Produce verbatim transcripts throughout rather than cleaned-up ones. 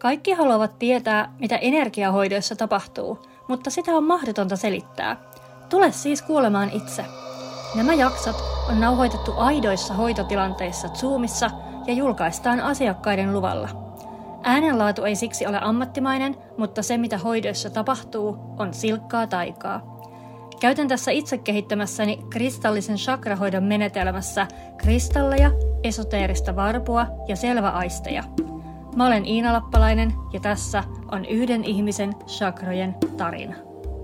Kaikki haluavat tietää, mitä energiahoidoissa tapahtuu, mutta sitä on mahdotonta selittää. Tule siis kuulemaan itse. Nämä jaksot on nauhoitettu aidoissa hoitotilanteissa Zoomissa ja julkaistaan asiakkaiden luvalla. Äänenlaatu ei siksi ole ammattimainen, mutta se mitä hoidoissa tapahtuu on silkkaa taikaa. Käytän tässä itse kehittämässäni kristallisen chakrahoidon menetelmässä kristalleja, esoteerista varpua ja selväaisteja. Mä olen Iina Lappalainen ja tässä on yhden ihmisen chakrojen tarina.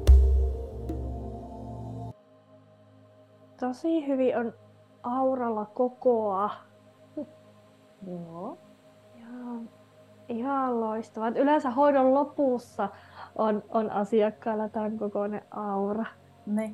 Tosi hyvin on auralla kokoa. Joo. Ihan, ihan loistavaa. Yleensä hoidon lopussa on, on asiakkailla tämän kokoinen aura. Ne.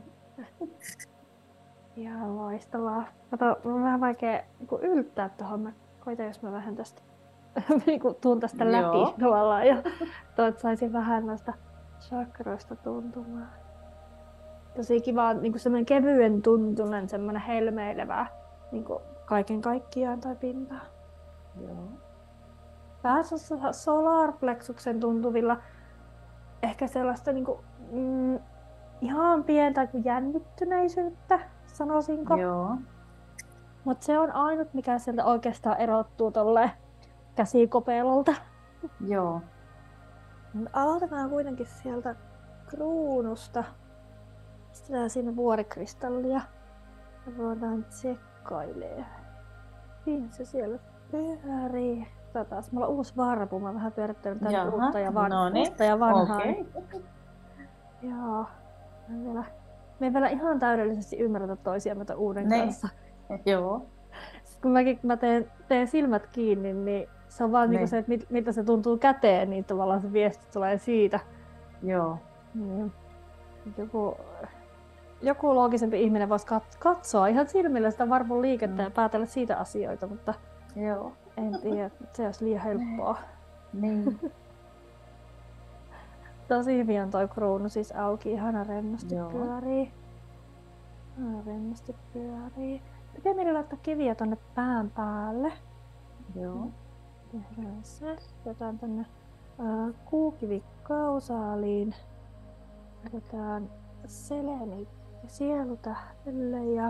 Ihan loistavaa. Kato, on vähän vaikea niin yltää tuohon. Mä koitan, jos mä vähän tästä niin tuun tästä läpi Joo. tavallaan. Ja toit saisin vähän noista chakroista tuntumaan. Tosi kiva, niin semmoinen kevyen tuntunen, semmoinen helmeilevä niin kaiken kaikkiaan tai pintaa. Joo. Päässä solarplexuksen tuntuvilla ehkä sellaista niin kuin, mm, ihan pientä jännittyneisyyttä, sanoisinko. Joo. Mutta se on ainut, mikä sieltä oikeastaan erottuu tolleen käsikopeelolta. Joo. Aloitetaan kuitenkin sieltä kruunusta. Pistetään siinä vuorikristallia ja voidaan tsekkailemaan. Siinä se siellä pyörii. Taas mulla on uusi varpu, mä vähän pyörittelen tän uutta ja, van... no niin. uutta ja vanhaa. Okay. Joo. Me, vielä... me ei vielä ihan täydellisesti ymmärretä toisiamme tämän uuden ne. kanssa. Joo. Sitten kun mäkin kun mä teen, teen silmät kiinni, niin se on vaan niinku se, että mit, miltä se tuntuu käteen, niin tavallaan se viesti tulee siitä. Joo. Niin. Joku, joku loogisempi ihminen voisi katsoa ihan silmillä sitä varpun liikettä mm. ja päätellä siitä asioita, mutta joo. En tiedä, se olisi liian helppoa. Niin. Tosi hyvin on toi kruunu siis auki, ihana rennosti Joo. pyörii. Ihana rennosti pyörii. Pitää meidän laittaa kiviä tonne pään päälle. Joo. Tehdään se. Otetaan tänne äh, kuukivikausaaliin. Otetaan seleni ja sielutähdelle ja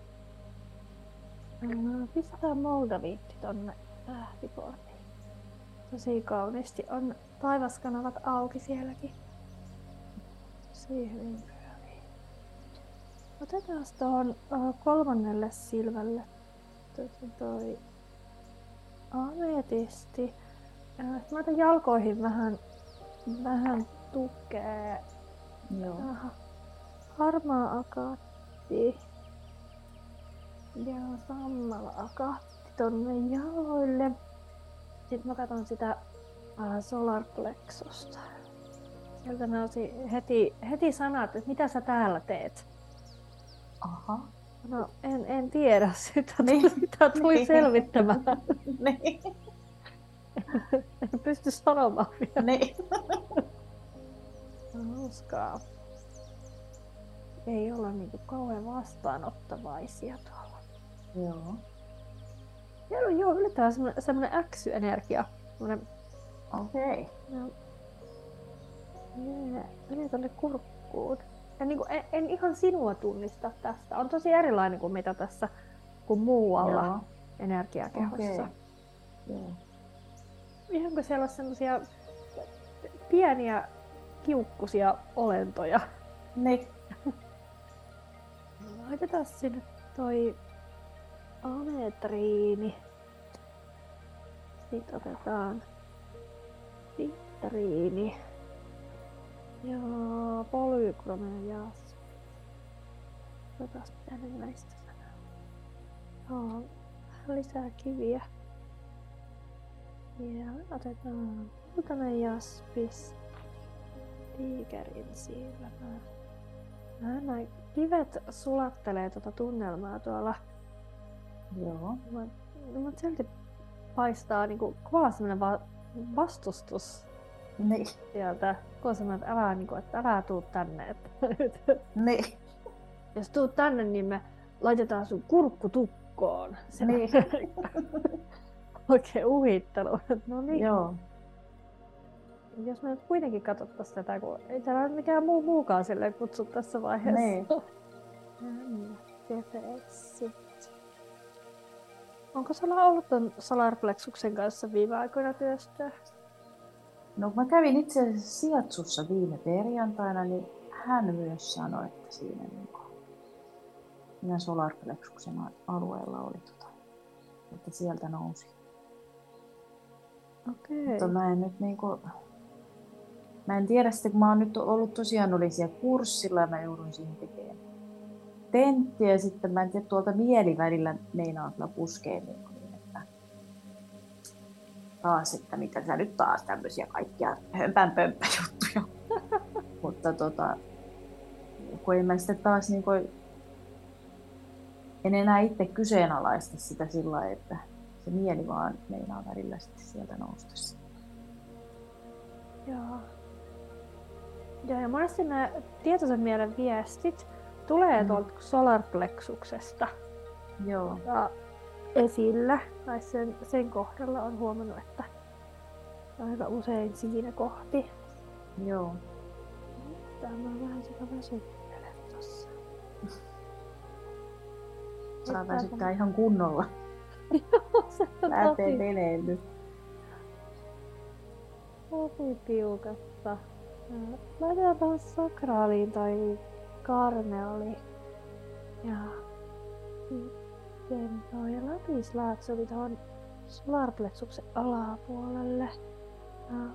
äh, pistetään moldaviitti tonne tähtiportiin. Tosi kauniisti on taivaskanavat auki sielläkin. Tosi hyvin pyörii. Otetaan tuohon äh, kolmannelle silmälle toi, toi ametisti. Äh, mä otan jalkoihin vähän, vähän tukea. Joo. Aha. Harmaa akaatti ja sammala akaatti tonne jaloille. Sitten mä katson sitä äh, solarplexusta. Sieltä nousi heti, heti sanat, että mitä sä täällä teet. Aha. No en, en tiedä, sitä niin. tuli, sitä tuli niin. selvittämään. niin. En pysty sanomaan vielä. niin. Hauskaa. Ei olla niinku kauhean vastaanottavaisia tuolla. Joo. Joo, joo, yllättävän semmonen, semmonen äksy-energia. Okei. Okay. No. Yeah. Menee tonne kurkkuun. En, niinku, en, en ihan sinua tunnista tästä. On tosi erilainen kuin mitä tässä kuin muualla Joo. energiakehossa. Okay. Joo. Ihan kuin siellä on semmosia pieniä kiukkusia olentoja. Niin. Laitetaan sinne toi ametriini. Sitten otetaan sitteriini ja polykromea jaspi. Otetaan mitä ne näistä sanoo. Joo, vähän lisää kiviä. Ja otetaan kultainen jaspis. Tiikerin silmä. Nämä kivet sulattelee tuota tunnelmaa tuolla. Joo. Mutta silti paistaa niinku kovaa semmoinen va- vastustus niin. sieltä. Koko semmoinen, että älä, niinku, että älä tuu tänne. Että niin. jos tuut tänne, niin me laitetaan sun kurkku tukkoon. Niin. Oikein uhittelu. No niin. Joo. Jos me nyt kuitenkin katsottaisiin tätä, kun ei täällä mikään muu muukaan silleen kutsu tässä vaiheessa. Niin. Defeksit. Onko sulla ollut ton solarplexuksen kanssa viime aikoina työstä? No mä kävin itse asiassa Siatsussa viime perjantaina, niin hän myös sanoi, että siinä, niin kuin, siinä solarplexuksen alueella oli tota, että sieltä nousi. Okei. Mutta mä en nyt niinku, mä en tiedä sitten, kun mä oon nyt ollut tosiaan oli siellä kurssilla ja mä joudun siihen tekemään tenttiä ja sitten mä en tiedä tuolta mielivälillä meinaa kyllä puskee niin, niin että taas, että mitä sä nyt taas tämmöisiä kaikkia hömpän pömppä juttuja. Mutta tota, kun en mä sitten taas niin kuin, en enää itse kyseenalaista sitä sillä lailla, että se mieli vaan meinaa välillä sitten sieltä nousta. Joo. Joo, ja monesti nämä tietoisen mielen viestit tulee mm. tuolta solarplexuksesta. Joo. Ja esillä, tai sen, sen kohdalla on huomannut, että aika usein siinä kohti. Joo. Tämä on vähän sitä väsyttele tossa. Saa väsyttää ihan kunnolla. Joo, se on lähtee tosi, veleily. tosi piukasta. Laitetaan tuohon sakraaliin toi karneoli. Ja sitten toi lapislaatsi tuohon solarplexuksen alapuolelle. Ja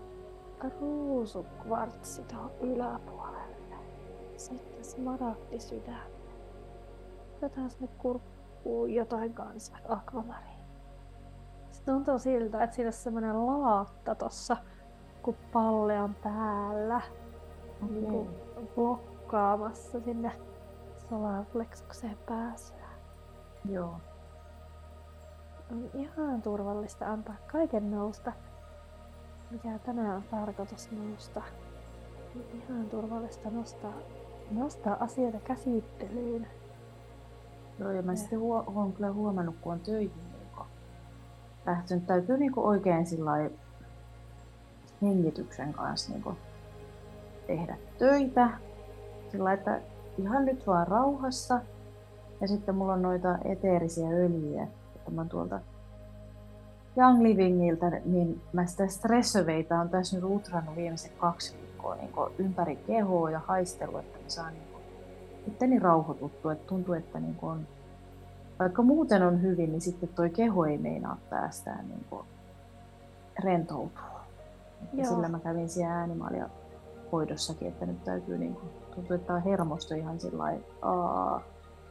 ruusukvartsi tuohon yläpuolelle. Sitten smaragdisydän. Otetaan sinne kurkkuun jotain kanssa, akvamariin. Se tuntuu siltä, että siinä on semmonen laatta tossa, kun pallean päällä. Okay. Niin kuin blokkaamassa sinne solarplexukseen pääsyä. Joo. On ihan turvallista antaa kaiken nousta, mikä tänään on tarkoitus nousta. On ihan turvallista nostaa, nostaa asioita käsittelyyn. Joo, ja mä sitten huo, olen kyllä huomannut, kun on töihin niin lähtenyt, täytyy niin oikein sillai hengityksen kanssa niin tehdä töitä. Sillä että ihan nyt vaan rauhassa. Ja sitten mulla on noita eteerisiä öljyjä, että mä tuolta Young Livingiltä, niin mä sitä stressöveitä on tässä nyt utrannut viimeiset kaksi viikkoa niin ympäri kehoa ja haistellut, että mä saan niin itteni rauhoituttua. Että tuntuu, että niin on, vaikka muuten on hyvin, niin sitten toi keho ei meinaa päästään niin rentoutua. Ja sillä mä kävin siellä äänimaalia hoidossakin, että nyt täytyy niin kuin, tuntuu, että on hermosto ihan sillain aah.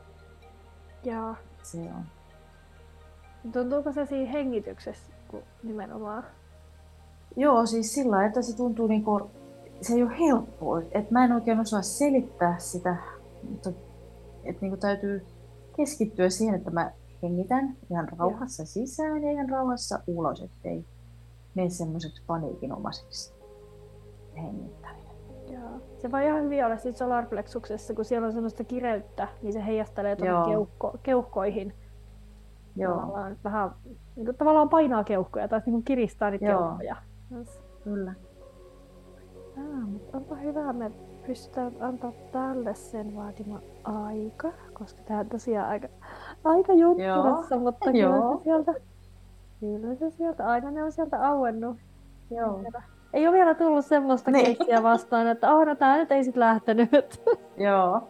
Joo. Se on. Tuntuuko se siinä hengityksessä nimenomaan? Joo, siis sillä lailla, että se tuntuu niinku, se ei ole helppoa. Et mä en oikein osaa selittää sitä, mutta et niinku täytyy keskittyä siihen, että mä hengitän ihan rauhassa ja sisään ja ihan rauhassa ulos, ettei mene semmoiseksi paniikinomaiseksi hengittäminen. Joo. Se voi ihan hyvin olla siinä solarplexuksessa, kun siellä on semmoista kireyttä, niin se heijastelee tuonne keuhko, keuhkoihin. Joo. Tavallaan, vähän, niin kuin, tavallaan painaa keuhkoja tai niin kuin kiristää niitä Joo. keuhkoja. Kyllä. Ah, mutta onpa hyvä, me pystytään antaa tälle sen vaatima aika, koska tää on tosiaan aika, aika jutturassa, mutta kyllä se, sieltä, kyllä se sieltä, aina ne on sieltä auennut. Joo. Ei ole vielä tullut semmoista niin. keissiä vastaan, että oh, no tää nyt ei sit lähtenyt. Joo.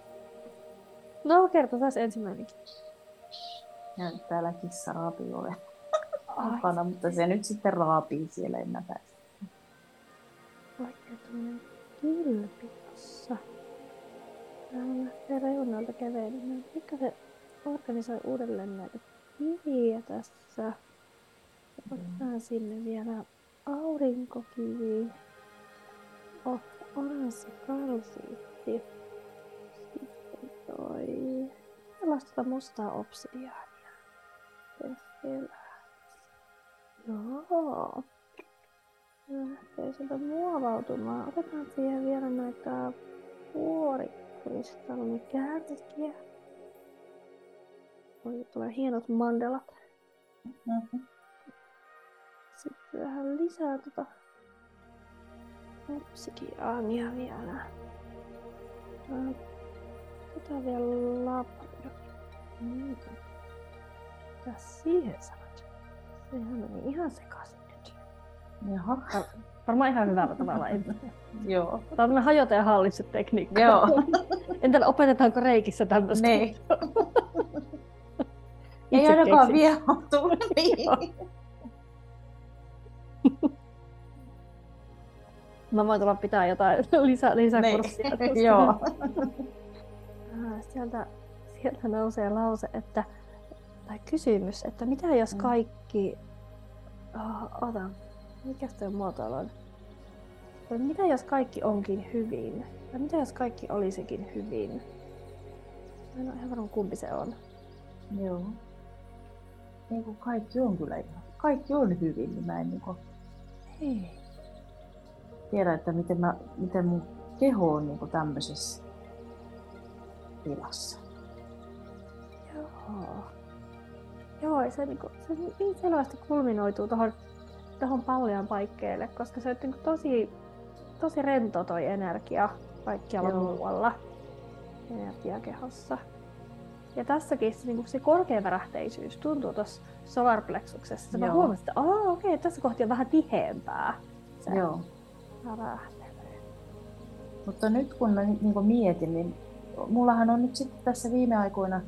No kertotaan ensimmäinenkin. Ja nyt täällä kissa raapii oven mukana, mutta se nyt sitten raapii siellä ennäpäistä. Vaikka tämmönen kilpi tossa. Täällä lähtee reunalta kävelemään. Mikä se organisoi uudelleen näitä kiviä tässä. Otetaan sinne vielä aurinkokivi. Oh, oranssi kalsiitti. Sitten toi sellaista mustaa obsidiaania. Joo. Lähtee sieltä muovautumaan. Otetaan siihen vielä näitä vuorikristallikärkiä. Tulee hienot mandelat. Mm-hmm. Sitten vähän lisää tota obsidiaania vielä. Otetaan vielä labrio. Mm. Mitäs siihen sanot? Sehän meni ihan sekaisin nyt. Jaha. Varmaan ihan hyvällä tavalla. Joo. Tämä on tämmöinen hajota ja hallitse tekniikka. Joo. Entä opetetaanko reikissä tämmöistä? Niin. Ei ainakaan viehautu. Mä voin tulla pitää jotain lisä, lisäkurssia. Niin. Joo. Sieltä, sieltä nousee lause, että, tai kysymys, että mitä jos kaikki... Oh, ota, mikä toi muotoilu on? Mitä jos kaikki onkin hyvin? Tai mitä jos kaikki olisikin hyvin? Mä en ole ihan varma kumpi se on. Joo. Niin kuin kaikki on kyllä ihan. Kaikki on hyvin, niin mä en niin kuin... Hei. tiedä, että miten, mä, miten mun keho on niin kuin tämmöisessä tilassa. Joo. Joo, se, niinku, se niin selvästi kulminoituu tuohon tohon pallian paikkeelle, koska se on niinku tosi, tosi rento toi energia kaikkialla Joo. muualla energiakehossa. Ja tässäkin se, niinku, se korkeavärähteisyys tuntuu tuossa solarplexuksessa. Mä huomasin, että oh, okay, tässä kohti on vähän tiheämpää se Joo. värähtely. Mutta nyt kun mä niin mietin, niin mullahan on nyt sitten tässä viime aikoina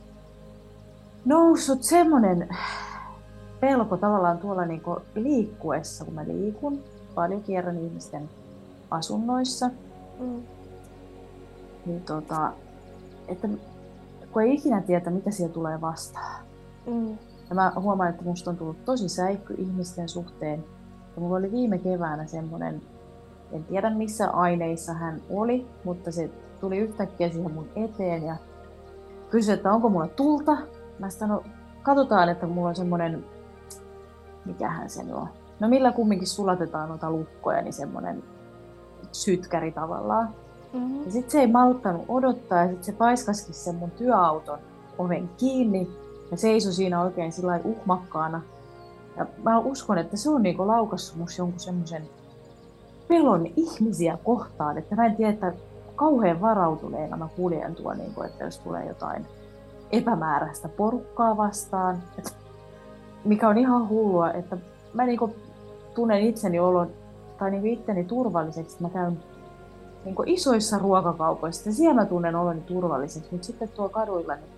noussut semmoinen pelko tavallaan tuolla niin liikkuessa, kun mä liikun. Paljon kierrän ihmisten asunnoissa. Mm. Niin tota, että kun ei ikinä tiedä, mitä siellä tulee vastaan. Mm. Ja mä huomaan, että musta on tullut tosi säikky ihmisten suhteen. Ja mulla oli viime keväänä semmoinen, en tiedä missä aineissa hän oli, mutta se tuli yhtäkkiä siihen mun eteen ja kysyi, että onko mulla tulta. Mä sanoin, katsotaan, että mulla on semmoinen, mikähän se on. No millä kumminkin sulatetaan noita lukkoja, niin semmoinen sytkäri tavallaan. Mm-hmm. Ja sit se ei malttanut odottaa ja sit se paiskasikin sen mun työauton oven kiinni ja seisoi siinä oikein sillä lailla uhmakkaana. Ja mä uskon, että se on niinku laukassut musta jonkun semmoisen pelon ihmisiä kohtaan, että mä en tiedä, että kauhean varautuneena mä kuljen tuo, niinku, että jos tulee jotain epämääräistä porukkaa vastaan, et, mikä on ihan hullua, että mä niinku tunnen itseni olon, tai niinku itteni turvalliseksi, että mä käyn niinku isoissa ruokakaupoissa, ja siellä mä tunnen oloni turvalliseksi, mutta sitten tuo kaduilla, niin,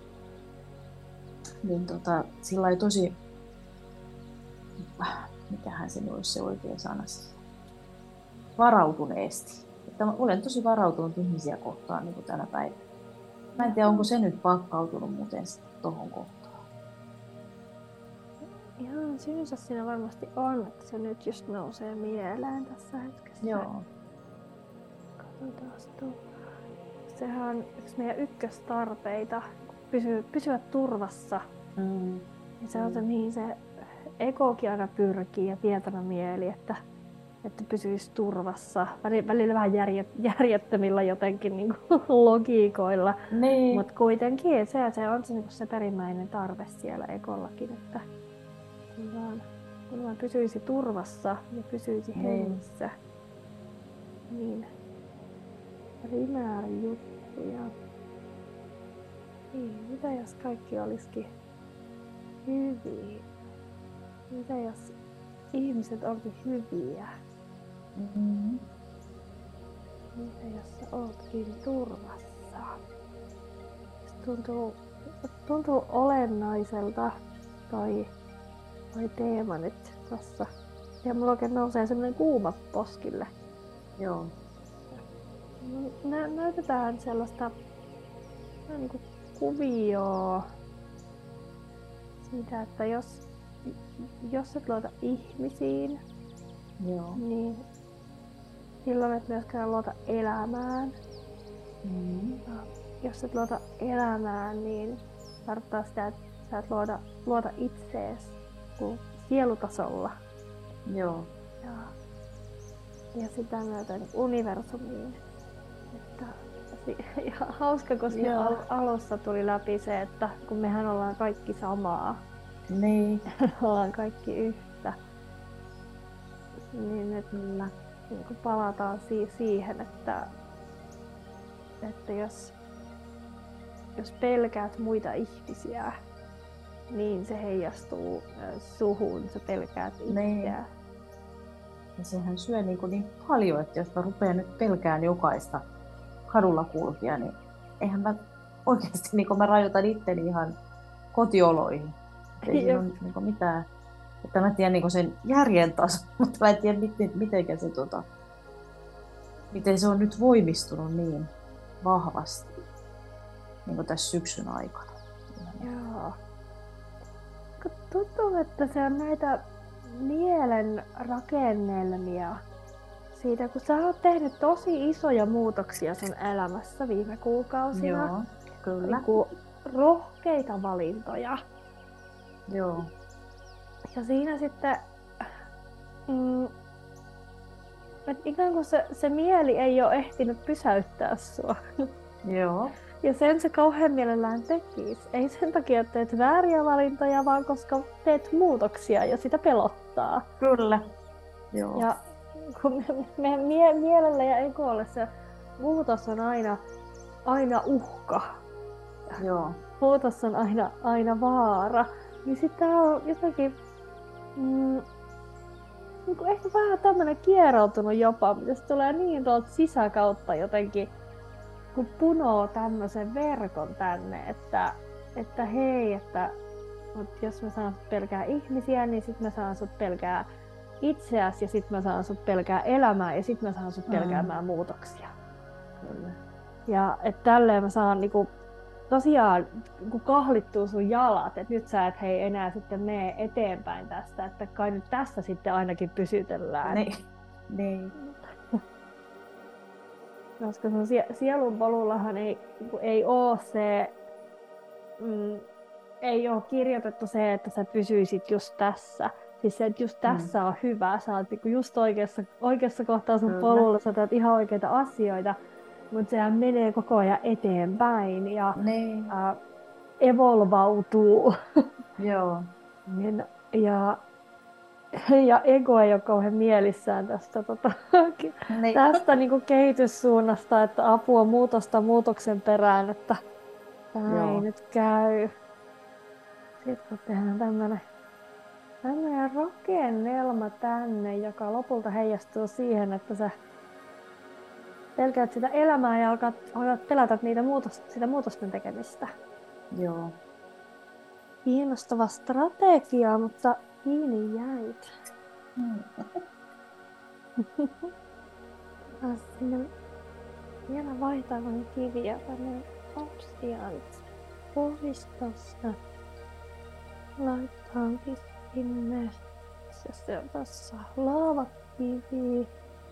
niin tota, sillä ei tosi, mikähän se olisi se oikea sana, varautuneesti. Että mä olen tosi varautunut ihmisiä kohtaan niin kuin tänä päivänä. Mä en tiedä, onko se nyt pakkautunut muuten tohon kohtaan. Ihan syynsä siinä varmasti on, että se nyt just nousee mieleen tässä hetkessä. Joo. Katsotaan tuo. Sehän on yksi meidän ykköstarpeita, pysyä, pysyä turvassa. Mm. Ja se on se, mihin se ekokin aina pyrkii ja tietona mieli, että, että pysyisi turvassa. Välillä vähän järjet, järjettömillä jotenkin niin kuin logiikoilla, Niin. mutta kuitenkin se, se on se, niin se perimmäinen tarve siellä ekollakin, että kun vaan, kun vaan pysyisi turvassa ja pysyisi hengissä, niin primääri juttuja. Niin, mitä jos kaikki olisikin hyviä? Mitä jos ihmiset onkin hyviä? Mm-hmm. Mitä jos sä ootkin turvassa? Se tuntuu, tuntuu olennaiselta toi, toi teema nyt tossa. Ja mulla oikein nousee semmonen kuuma poskille. Joo. Nä, näytetään sellaista niin kuin kuvioa siitä, että jos, jos et luota ihmisiin, Joo. niin silloin et myöskään luota elämään. Mm-hmm. Jos et luota elämään, niin tarkoittaa sitä, että sä et luota, luota itseesi sielutasolla. Joo. Ja, ja sitä myöten universumiin. Että, ja hauska, koska al- alussa tuli läpi se, että kun mehän ollaan kaikki samaa. Niin. ollaan kaikki yhtä. Niin nyt, niin kuin palataan si- siihen, että, että jos, jos pelkäät muita ihmisiä, niin se heijastuu suhun, sä pelkäät itseä. Ja sehän syö niin, kuin niin paljon, että jos mä rupean nyt pelkään jokaista kadulla kulkea, niin eihän mä oikeasti niin mä rajoitan itteni ihan kotioloihin. Et ei siinä ole niin mitään. Että mä tiedän niin sen järjen tason, mutta mä en tiedä, miten, miten, se, tota, miten se on nyt voimistunut niin vahvasti niin kuin tässä syksyn aikana. Joo. Tuntuu, että se on näitä mielen rakennelmia siitä, kun sä oot tehnyt tosi isoja muutoksia sun elämässä viime kuukausina. Joo, kyllä. Niin rohkeita valintoja. Joo. Ja siinä sitten mm, että ikään kuin se, se mieli ei ole ehtinyt pysäyttää sua. Joo. Ja sen se kauhean mielellään tekisi. Ei sen takia, että teet vääriä valintoja, vaan koska teet muutoksia ja sitä pelottaa. Kyllä. Joo. Ja kun me, me mie, mielellä ja egolle se muutos on aina, aina uhka. Joo. Muutos on aina, aina vaara. Niin sitten on jotenkin mm, niin kuin ehkä vähän tämmönen kieroutunut jopa, mutta se tulee niin tuolta sisäkautta jotenkin, kun punoo tämmöisen verkon tänne, että, että hei, että jos mä saan sut pelkää ihmisiä, niin sit mä saan sut pelkää itseäsi ja sit mä saan sut pelkää elämää ja sit mä saan sut pelkäämään mm. muutoksia. Kyllä. Ja että tälleen mä saan niinku tosiaan kun kahlittuu sun jalat, että nyt sä et hei enää sitten mene eteenpäin tästä, että kai nyt tässä sitten ainakin pysytellään. Niin. Niin. Koska sun sielun polullahan ei, ei ole se, mm, ei ole kirjoitettu se, että sä pysyisit just tässä. Siis se, että just tässä mm. on hyvä, sä oot just oikeassa, oikeassa kohtaa sun Kyllä. polulla, sä teet ihan oikeita asioita, mutta sehän menee koko ajan eteenpäin ja niin. äh, evolvautuu. Joo. ja, ja ego ei ole kauhean mielissään tästä, tota, niin. tästä niin kuin kehityssuunnasta, että apua muutosta muutoksen perään, että tämä ei nyt käy. Sitten kun tehdään tämmönen, tämmönen rakennelma tänne, joka lopulta heijastuu siihen, että sä pelkäät sitä elämää ja alkaat, alkaat pelätä niitä muutos, sitä muutosten tekemistä. Joo. Kiinnostava strategia, mutta kiinni jäit. Mm. Sinne vielä vaihtavan kiviä tänne obsidianit pois tossa. Laitetaankin sinne. Se on tässä laavakivi.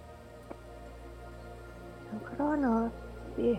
Granaatti.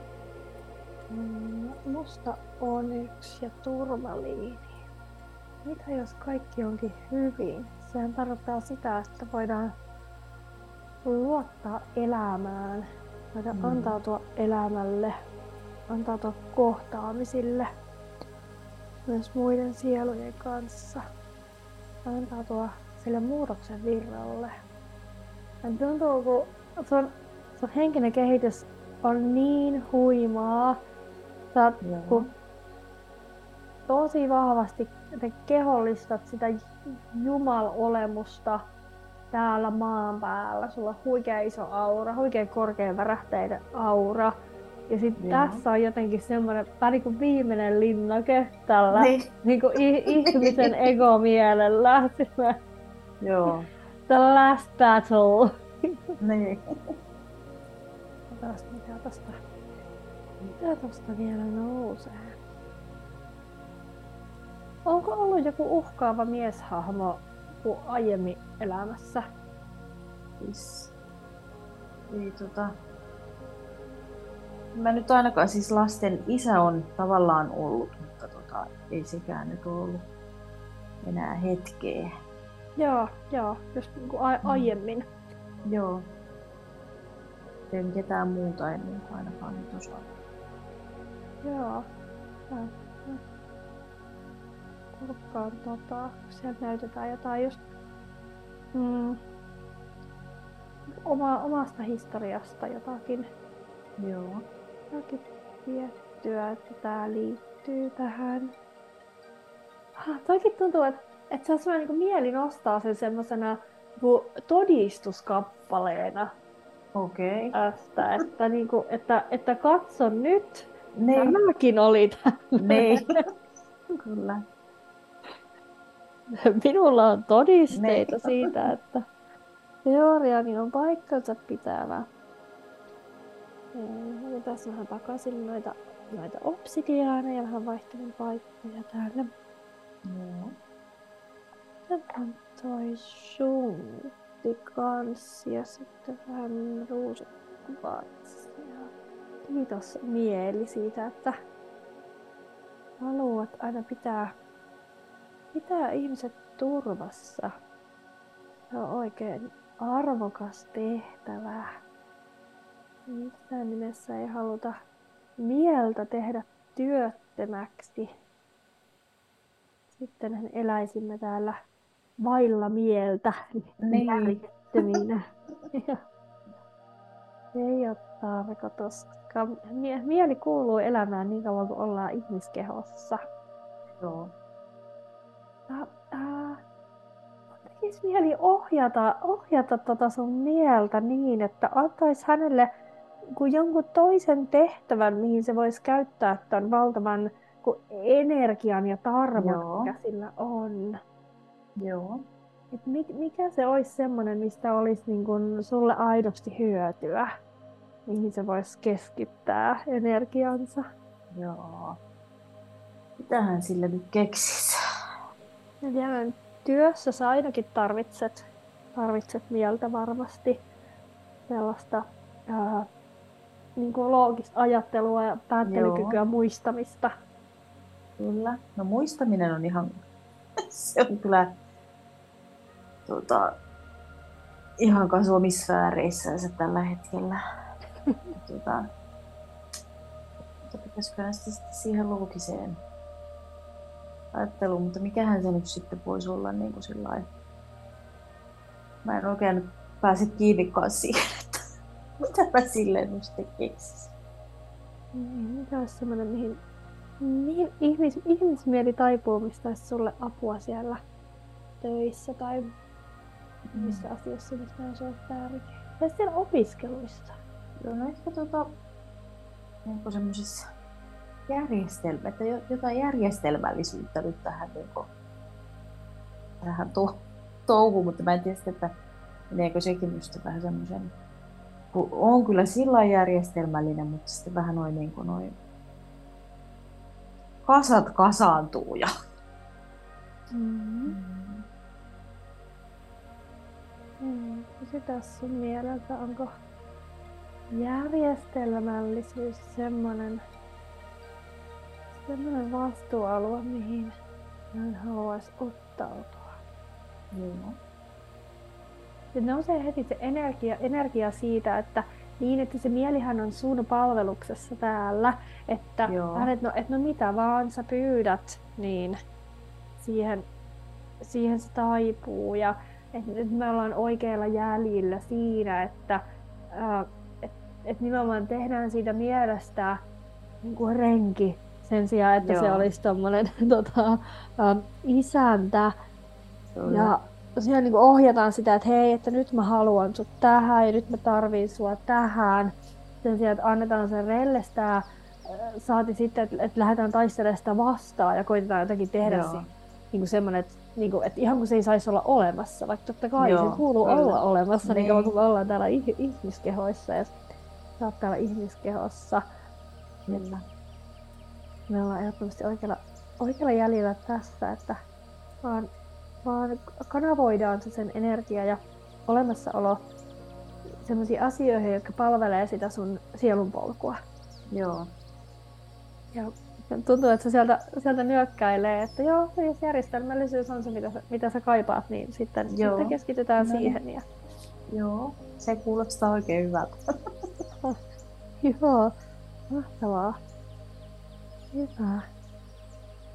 Musta onyx ja turmaliini. Mitä jos kaikki onkin hyvin? Sehän tarkoittaa sitä, että voidaan luottaa elämään, voidaan mm. antautua elämälle, antautua kohtaamisille, myös muiden sielujen kanssa, antautua sille muutoksen virralle. Ja tuntuu, kun sun, sun henkinen kehitys on niin huimaa, sä kun tosi vahvasti kehollistat sitä Jumal-olemusta täällä maan päällä. Sulla on huikea iso aura, huikea korkean värähteiden aura. Ja sitten tässä on jotenkin semmoinen vähän niin kuin viimeinen linnake tällä niin. Niin kuin ihmisen ego-mielellä. Joo. The last battle. Niin. Katsotaan, mitä tosta, mitä tosta vielä nousee. Onko ollut joku uhkaava mieshahmo kuin aiemmin elämässä? Siis, ei tota... Mä nyt ainakaan, siis lasten isä on tavallaan ollut, mutta tota, ei sekään nyt ollut enää hetkeä. Joo, joo, just niin kuin a- aiemmin. Mm. Joo. Ei ketään muuta en niin ainakaan nyt osaa. Joo. Kurkkaan tota, sieltä näytetään jotain just... Mm, oma, omasta historiasta jotakin, Joo. jotakin tiettyä, että tää liittyy tähän. Ah, toikin tuntuu, että, että se on sellainen niin mieli nostaa sen semmosena niin todistuskappaleena. Okei. Okay. Tästä, että, niin kuin, että, että katso nyt, Niin. tämäkin oli Niin. Kyllä. Minulla on todisteita Niin. siitä, että teoriani on paikkansa pitävä. Otetaan vähän takaisin noita, noita obsidiaaneja, vähän vaihtelun paikkoja täällä. Joo. Sitten toi shunti kans ja sitten vähän ruusukvatsia. Kiitos mieli siitä, että haluat aina pitää, pitää ihmiset turvassa. Se on oikein arvokas tehtävä. Missään nimessä ei haluta mieltä tehdä työttömäksi. Sitten eläisimme täällä vailla mieltä järjettöminä. Ei ottaa me koska mieli kuuluu elämään niin kauan kuin ollaan ihmiskehossa. Joo. Ja, äh, tekisi mieli ohjata, ohjata tota sun mieltä niin, että antaisi hänelle kun jonkun toisen tehtävän, mihin se voisi käyttää tämän valtavan energian ja tarmon, Joo. mikä sillä on. Joo. Et mikä se olisi semmoinen, mistä olisi niin kun sulle aidosti hyötyä, mihin se voisi keskittää energiansa? Joo. Mitähän sillä nyt keksisi? Ja työssä sä ainakin tarvitset, tarvitset mieltä varmasti sellaista ää, niin kuin loogista ajattelua ja päättelykykyä, Joo. muistamista. Kyllä. No muistaminen on ihan, se on kyllä tuota, ihan kasvomisfääreissänsä tällä hetkellä. tuota, mutta pitäisikö sitten siihen loogiseen ajatteluun, mutta mikähän se nyt sitten voisi olla niin kuin sillain. Mä en oikein pääse kiinnikaan siihen, että mitä mä silleen nyt sitten keksisin. Mikä olisi semmoinen, mihin, mihin ihmis, ihmismieli taipuu, mistä olisi sulle apua siellä töissä tai missä mm. asiassa, mistä on sulle tärkeää. Tai siellä opiskeluissa. Joo, no ehkä tota, niin semmoisissa järjestelmä, että jotain järjestelmällisyyttä nyt tähän, niin kuin, tähän to, touhuun, mutta mä en tiedä, että meneekö sekin musta vähän semmoisen, kun on kyllä sillä järjestelmällinen, mutta sitten vähän noin niin kuin noin kasat kasaantuu ja mm-hmm. mm. Sitä sun mieleltä, onko järjestelmällisyys semmoinen semmoinen vastuualue, mihin en haluaisi ottautua. Joo. Ja nousee heti se energia, energia siitä, että niin, että se mielihän on sun palveluksessa täällä, että hänet, no, et no mitä vaan sä pyydät, niin siihen, siihen se taipuu. Ja että nyt me ollaan oikealla jäljillä siinä, että äh, et, et nimenomaan tehdään siitä mielestä niin kuin renki sen sijaan, että Joo. se olisi tommonen tota, äh, isäntä. Kyllä. Ja tosiaan niin kuin ohjataan sitä, että hei, että nyt mä haluan sut tähän ja nyt mä tarviin sua tähän. Sen sijaan, että annetaan sen rellestää, saati sitten, että, että lähdetään taistelemaan sitä vastaan ja koitetaan jotenkin tehdä si, niin kuin semmoinen, että, niin kuin, että ihan kuin se ei saisi olla olemassa, vaikka totta kai Joo, se kuuluu kyllä. olla olemassa, niin kauan kuin me ollaan täällä ihmiskehoissa ja sä oot täällä ihmiskehossa. Kyllä. Me ollaan ehdottomasti oikealla, oikealla jäljellä tässä, että vaan vaan kanavoidaan se sen energia ja olemassaolo sellaisiin asioihin, jotka palvelee sitä sun sielunpolkua. Joo. Ja tuntuu, että se sieltä, sieltä nyökkäilee, että joo, jos järjestelmällisyys on se, mitä sä, mitä sä kaipaat, niin sitten, joo. sitten keskitytään no, siihen. Ja... Joo, se kuulostaa oikein hyvältä. Joo, mahtavaa. Hyvä.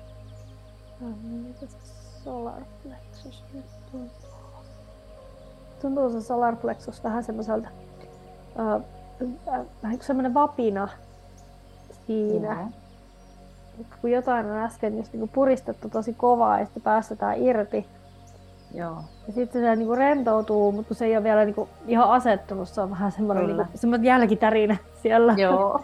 No, mitäs Solar Plexus nyt on? tuntuu se solar plexus vähän semmoiselta, äh, vähän semmoinen vapina siinä. Yeah. Kun jotain on äsken just niinku puristettu tosi kovaa ja sitten päästetään irti. Joo. Ja sitten se niinku rentoutuu, mutta se ei ole vielä niinku ihan asettunut, se on vähän semmoinen niinku, semmoinen jälkitärinä siellä. Joo.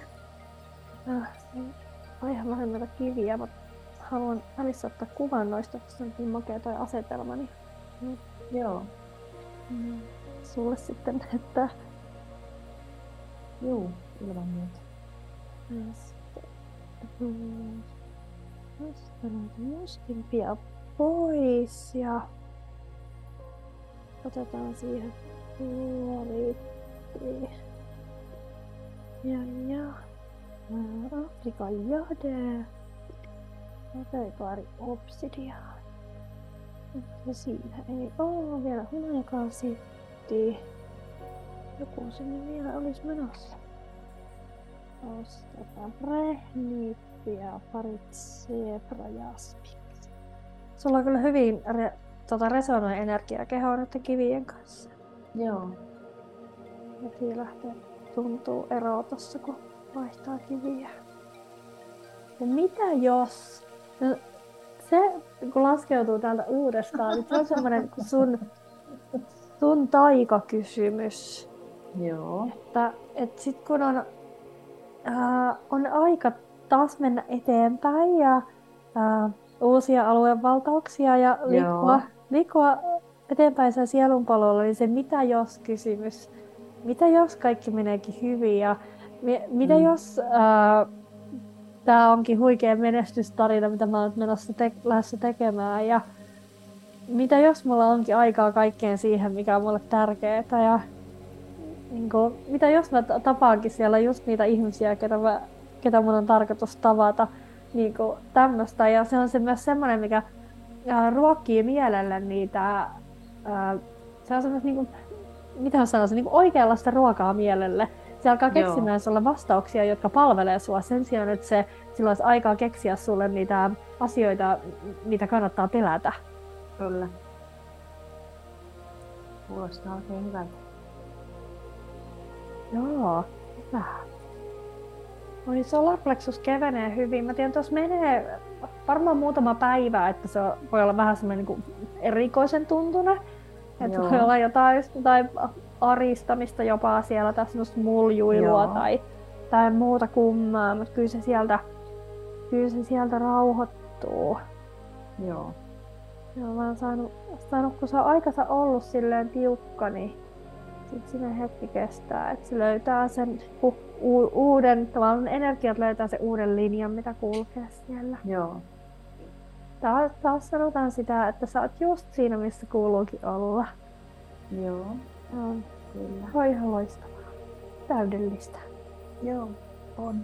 Aivan vähän noita kiviä, mutta haluan välissä ottaa kuvan noista, koska se on niin makea toi asetelma. Niin... Mm. Joo. Mm. Sulle sitten näyttää. Joo, ilman muuta. Nostan näitä mustimpia pois ja otetaan siihen fluoriitti. Ja ja. Afrikan jade. Sateenkaari obsidiaan. Ja siinä ei oo vielä hunajakalsiittia. Joku sinne vielä olisi menossa. Ostetaan rehniitti ja parit zebrajaspiksi. Sulla on kyllä hyvin re, tota, resonoi energiakehoa noiden kivien kanssa. Joo. Heti lähtee tuntuu eroa tossa kun vaihtaa kiviä. Ja mitä jos... No, se kun laskeutuu täältä uudestaan, niin se on semmonen sun, sun taikakysymys. Joo. Että et sit kun on, ää, on aika taas mennä eteenpäin ja ää, uusia aluevaltauksia ja liikkua, liikkua eteenpäin sen sielunpolulla, niin se mitä jos kysymys. Mitä jos kaikki meneekin hyvin ja mi, mitä mm. jos ää, tää onkin huikea menestystarina, mitä mä oon menossa te- lähdössä tekemään ja mitä jos mulla onkin aikaa kaikkeen siihen, mikä on mulle tärkeää ja niin kuin, mitä jos mä tapaankin siellä just niitä ihmisiä, ketä, mä, ketä mun on tarkoitus tavata, niin kuin tämmöstä. Ja se on se myös semmoinen, mikä ää, ruokkii mielelle niitä, ää, se on semmoista, niin kuin, mitä mä sanoisin, niin kuin oikeanlaista ruokaa mielelle. Se alkaa keksimään sulle vastauksia, jotka palvelee sua sen sijaan, että se, sillä olisi aikaa keksiä sulle niitä asioita, mitä kannattaa pelätä. Kyllä. Kuulostaa oikein hyvältä. Joo, hyvä. Oi, solar plexus kevenee hyvin. Mä tiedän, tuossa menee varmaan muutama päivä, että se voi olla vähän semmoinen niin erikoisen tuntunen. Että voi olla jotain, jotain aristamista jopa siellä, tai semmoista muljuilua tai, tai muuta kummaa, mutta kyllä se sieltä, kyllä se sieltä rauhoittuu. Joo. Joo, mä oon saanut, saanut kun se on aikansa ollut silleen tiukka, niin sitten siinä hetki kestää, että se löytää sen u- u- uuden, tavallaan energiat löytää sen uuden linjan, mitä kulkee siellä. Joo. Taas, taas sanotaan sitä, että sä oot just siinä, missä kuuluukin olla. Joo. On. Kyllä. On ihan loistavaa. Täydellistä. Joo, on.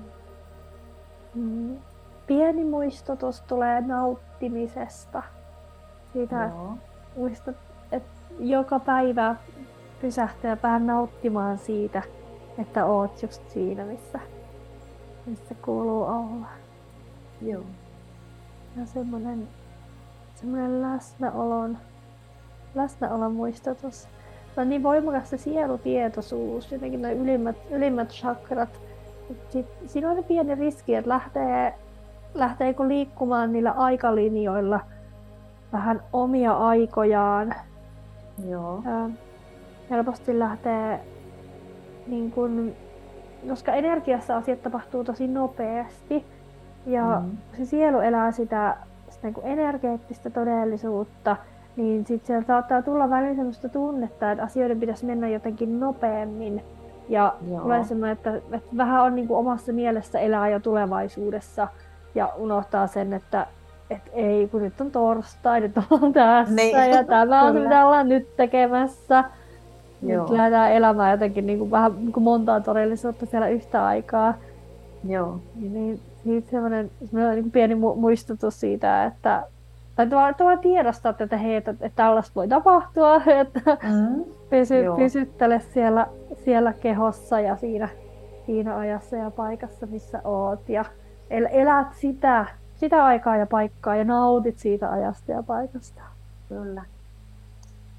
Mm. Pieni muistutus tulee nauttimisesta. Siitä muistat, että joka päivä pysähtyä vähän nauttimaan siitä, että oot just siinä, missä, missä kuuluu olla. Joo. Ja semmonen, semmonen läsnäolon, läsnäolon muistutus. Se on niin voimakas se sielutietoisuus, jotenkin ne ylimmät, ylimmät chakrat. Sit, siinä on se pieni riski, että lähtee, lähtee liikkumaan niillä aikalinjoilla vähän omia aikojaan. Joo. Ja helposti lähtee, niin kun, koska energiassa asiat tapahtuu tosi nopeasti ja mm. se sielu elää sitä, sitä niin kuin energeettistä todellisuutta, niin sit sieltä saattaa tulla välillä sellaista tunnetta, että asioiden pitäisi mennä jotenkin nopeammin. Ja tulee semmoinen, että, että vähän on niin kuin omassa mielessä elää jo tulevaisuudessa ja unohtaa sen, että et ei, kun nyt on torstai, nyt ollaan tässä niin. Ja tämä on se, mitä ollaan nyt tekemässä. Joo. Nyt lähdetään elämään jotenkin niin kuin, vähän niin kuin montaa todellisuutta siellä yhtä aikaa. Joo. Niin, niin semmoinen, semmoinen niin kuin pieni muistutus siitä, että tai tavallaan tiedostaa, että hei, että, että tällaista voi tapahtua, että mm. pysy, pysyttele siellä, siellä kehossa ja siinä, siinä ajassa ja paikassa, missä oot. Ja el, elät sitä, sitä aikaa ja paikkaa ja nautit siitä ajasta ja paikasta. Kyllä.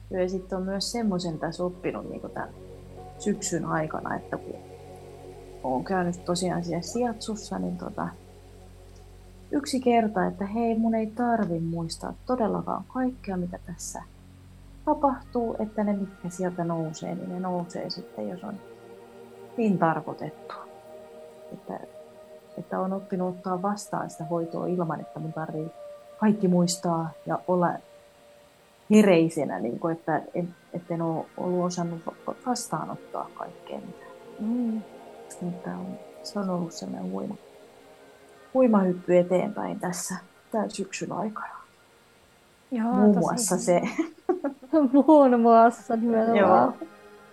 Ja sitten on myös semmoisen tässä oppinut niin tämän syksyn aikana, että kun olen käynyt tosiaan siellä Siatsussa, niin tota, yksi kerta, että hei, mun ei tarvi muistaa todellakaan kaikkea, mitä tässä tapahtuu, että ne mitkä sieltä nousee, niin ne nousee sitten, jos on niin tarkoitettu. Että, että on oppinut ottaa vastaan sitä hoitoa ilman, että mun tarvii kaikki muistaa ja olla hereisenä, niin kuin, että en, etten ole ollut osannut vastaanottaa kaikkea mitään. Mm. Mutta on, se on ollut sellainen huima, huima hyppy eteenpäin tässä tämän syksyn aikana. Joo, muun muassa se. Muun muassa nimenomaan. Joo.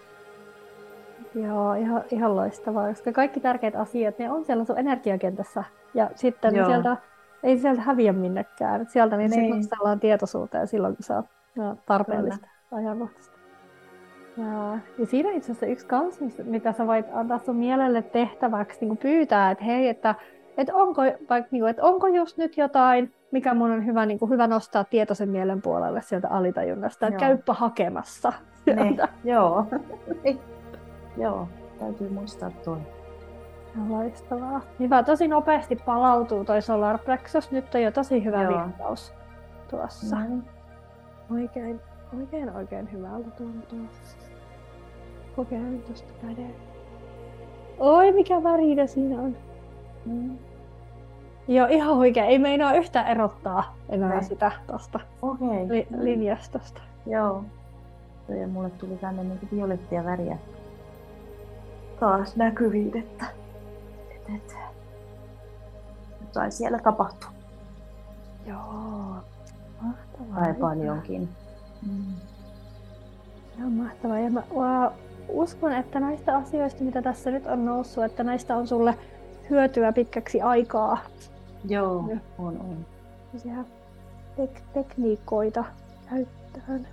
Joo, ihan, ihan loistavaa, koska kaikki tärkeät asiat, ne on siellä sun energiakentässä. Ja sitten ne sieltä, ei sieltä häviä minnekään. Sieltä niin sitten nostellaan tietoisuuteen silloin, kun se on no, tarpeellista ajankohtaista. Ja, ja siinä itse asiassa yksi kans, mitä sä voit antaa sun mielelle tehtäväksi, niin pyytää, että hei, että, että, onko, vaikka, niin kuin, että onko just nyt jotain, mikä mun on hyvä, niin kuin, hyvä nostaa tietoisen mielen puolelle sieltä alitajunnasta, että käyppä hakemassa sieltä. Joo. Joo, täytyy muistaa toi. Loistavaa. Hyvä, tosi nopeasti palautuu toi solar plexus. Nyt on jo tosi hyvä virtaus tuossa. Mm. Oikein, oikein, oikein hyvältä tuntuu. Kokeilin tuosta käden. Oi, mikä värinen siinä on. Mm. Joo, ihan oikein. Ei meinaa yhtään erottaa enää Ei. sitä tosta okay. li- linjastosta. Joo. Ja mulle tuli tänne niinku violettia väriä taas näkyviin, että et, et. jotain siellä tapahtuu. Joo, mahtavaa. Tai paljonkin. Mm. Joo, mahtavaa. Ja mä wow, uskon, että näistä asioista, mitä tässä nyt on noussut, että näistä on sulle hyötyä pitkäksi aikaa. Joo, ja on, on. Tek- tekniikoita käyttöön.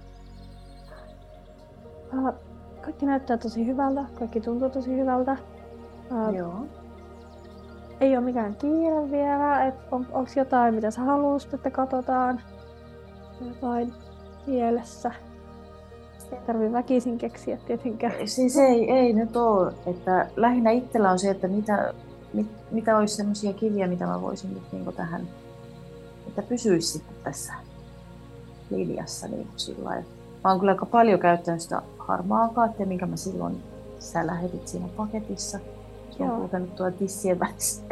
Uh, Kaikki näyttää tosi hyvältä, kaikki tuntuu tosi hyvältä. Uh, Joo. Ei ole mikään kiire vielä, et on, onko jotain, mitä sä haluaisit, että katsotaan? Jotain mielessä. Ei tarvii väkisin keksiä tietenkään. Siis ei, ei nyt ole. Että lähinnä itsellä on se, että mitä, mit, mitä olisi sellaisia kiviä, mitä mä voisin nyt niin tähän, että pysyisi sitten tässä linjassa niin sillä lailla. Mä oon kyllä aika paljon käyttänyt sitä harmaa akaattia, minkä mä silloin, sä lähetit siinä paketissa. Se on kulkenut tuolla tissien välissä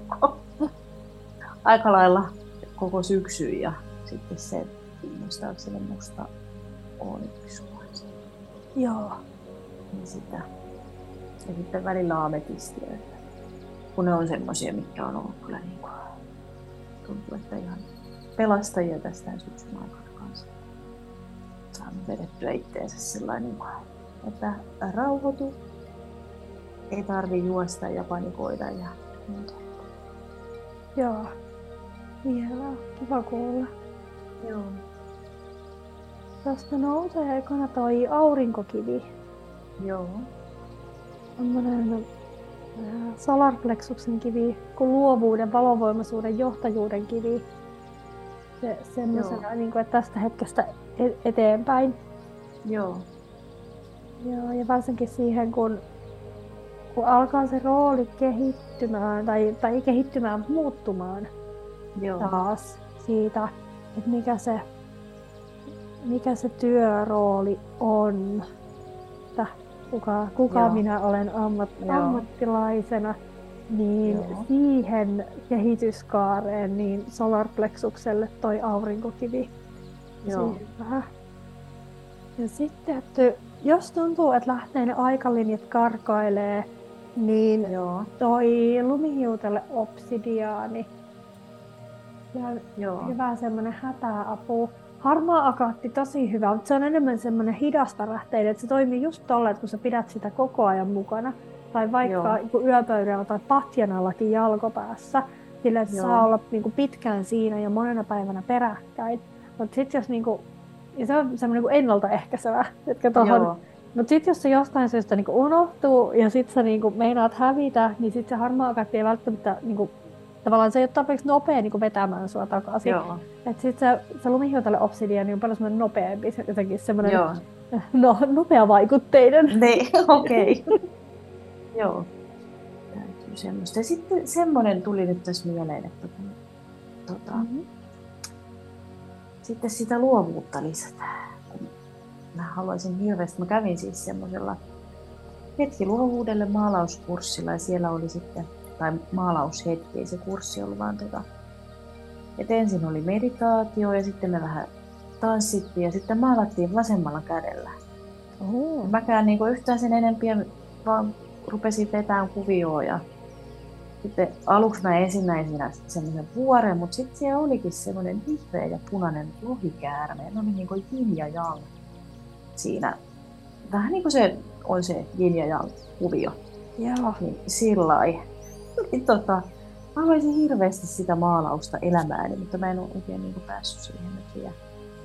aika lailla koko syksyn ja sitten se, muistaakseni musta onyx. Joo. Niin sitä. Ja sitten välillä ametistia, kun ne on semmosia, mitkä on ollut kyllä niin kuin, tuntuu, että ihan pelastajia tästä syksyn aikana kanssa. Saanut vedettyä itteensä sellainen, niin kuin, että rauhoitu, ei tarvi juosta ja panikoida ja muuta. Joo. Vielä kiva kuulla. Joo. Tästä nousee ekana toi aurinkokivi. Joo. Tämmönen solarplexuksen kivi, kun luovuuden, valovoimaisuuden, johtajuuden kivi. Se, semmosena, niin kuin, että tästä hetkestä eteenpäin. Joo. Joo, ja varsinkin siihen, kun, kun alkaa se rooli kehittymään, tai, tai ei kehittymään, mutta muuttumaan Joo. taas siitä, että mikä se, mikä se työrooli on, että kuka, kuka minä olen ammat, ammattilaisena, niin Joo. siihen kehityskaareen, niin solarplexukselle toi aurinkokivi. Joo. Ja sitten, että jos tuntuu, että lähtee ne aikalinjat karkailee, niin Joo. toi lumihiutelle obsidiaani ja Joo. hyvä semmonen hätäapu. Harmaa akaatti tosi hyvä, mutta se on enemmän semmonen hidas värähteinen, että se toimii just tolle, että kun sä pidät sitä koko ajan mukana. Tai vaikka yöpöydällä tai patjanallakin jalkopäässä, sillä että saa olla niinku pitkään siinä ja monena päivänä peräkkäin. Mutta sitten jos niinku, ja se on semmoinen niinku ennaltaehkäisevä, etkä tohon. Mutta sitten jos se jostain syystä niinku unohtuu ja sitten sä niinku meinaat hävitä, niin sitten se harmaa akaatti ei välttämättä niinku tavallaan se ei ole tarpeeksi nopea niin vetämään sua takaisin. Joo. Että sit se, se lumihiutale obsidiani on paljon semmoinen nopeampi, se jotenkin semmoinen no, nopea vaikutteinen. Niin, okei. Okay. Joo. Täytyy semmoista. Ja sitten semmoinen tuli nyt tässä mieleen, että kun, tota, mm-hmm. sitten sitä luovuutta lisätään. Mä haluaisin hirveästi, mä kävin siis semmoisella hetki luovuudelle maalauskurssilla ja siellä oli sitten, tai maalaushetki, ei se kurssi ollut vaan tota, että ensin oli meditaatio ja sitten me vähän tanssittiin ja sitten maalattiin vasemmalla kädellä. Oho. Mäkään niinku yhtään sen enempiä vaan rupesin vetämään kuvioon ja sitten aluksi mä ensin näin siinä semmoisen vuoren, mutta sitten siellä olikin semmoinen vihreä ja punainen lohikäärme. Ne oli niinku yin ja yang siinä. Vähän niin kuin se on se yin ja yang kuvio. Joo. Niin sillai. Niin tota, mä haluaisin hirveästi sitä maalausta elämääni, mutta mä en ole oikein niinku päässyt siihen nyt vielä.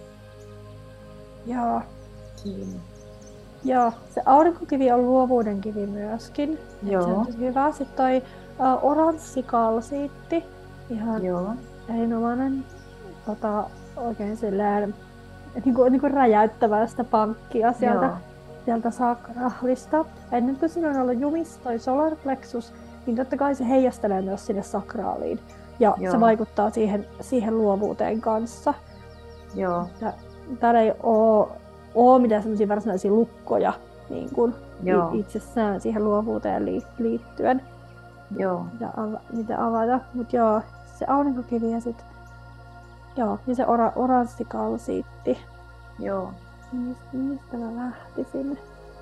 Joo. Kiinni. Joo, se aurinkokivi on luovuuden kivi myöskin. Joo. Se on hyvä. Sitten toi uh, oranssi kalsiitti. Ihan Joo. erinomainen, tota, oikein silleen niinku, niinku räjäyttävää sitä pankkia sieltä, Joo. sieltä sakraalista. Ja nyt kun siinä on ollut jumissa toi solar plexus, niin totta kai se heijastelee myös sinne sakraaliin. Ja Joo. se vaikuttaa siihen, siihen luovuuteen kanssa. Joo. Ja täällä ei oo, oo mitään semmosia varsinaisia lukkoja niin kuin itsessään siihen luovuuteen liittyen. Joo. Mitä, ava, mitä avata. Mut joo, se aurinkokivi ja sit joo, ja se ora, oranssi kalsiitti. Joo. Mist, mistä mä lähtisin?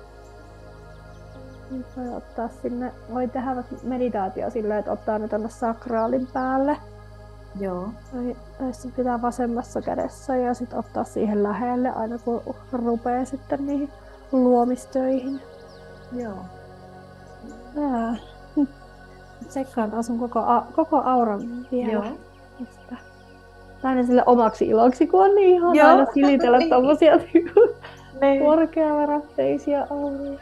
Nyt voi ottaa sinne, voi tehdä meditaatio silleen, että ottaa ne tonne sakraalin päälle. Joo. Tai, tai sitten pitää vasemmassa kädessä ja sitten ottaa siihen lähelle aina kun rupeaa sitten niihin luomistöihin. Joo. Jaa. Tsekkaan taas sun koko, a, koko auran vielä. Joo. Aina sille omaksi iloksi, kun on niin ihana aina silitellä tommosia korkeaveratteisia auria.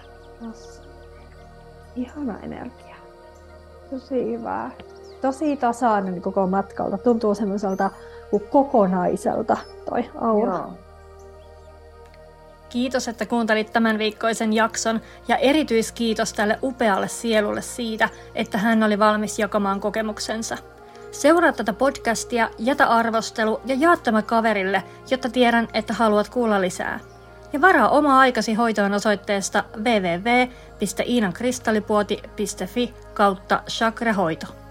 Ihana energia. Tosi hyvää. Tosi tasainen koko matkalta. Tuntuu semmoiselta kokonaiselta toi aura. Joo. Kiitos, että kuuntelit tämän viikkoisen jakson ja erityiskiitos tälle upealle sielulle siitä, että hän oli valmis jakamaan kokemuksensa. Seuraa tätä podcastia, jätä arvostelu ja jaa tämä kaverille, jotta tiedän, että haluat kuulla lisää. Ja varaa oma aikasi hoitoon osoitteesta double-u double-u double-u piste iinankristallipuoti piste fi kautta chakrahoito.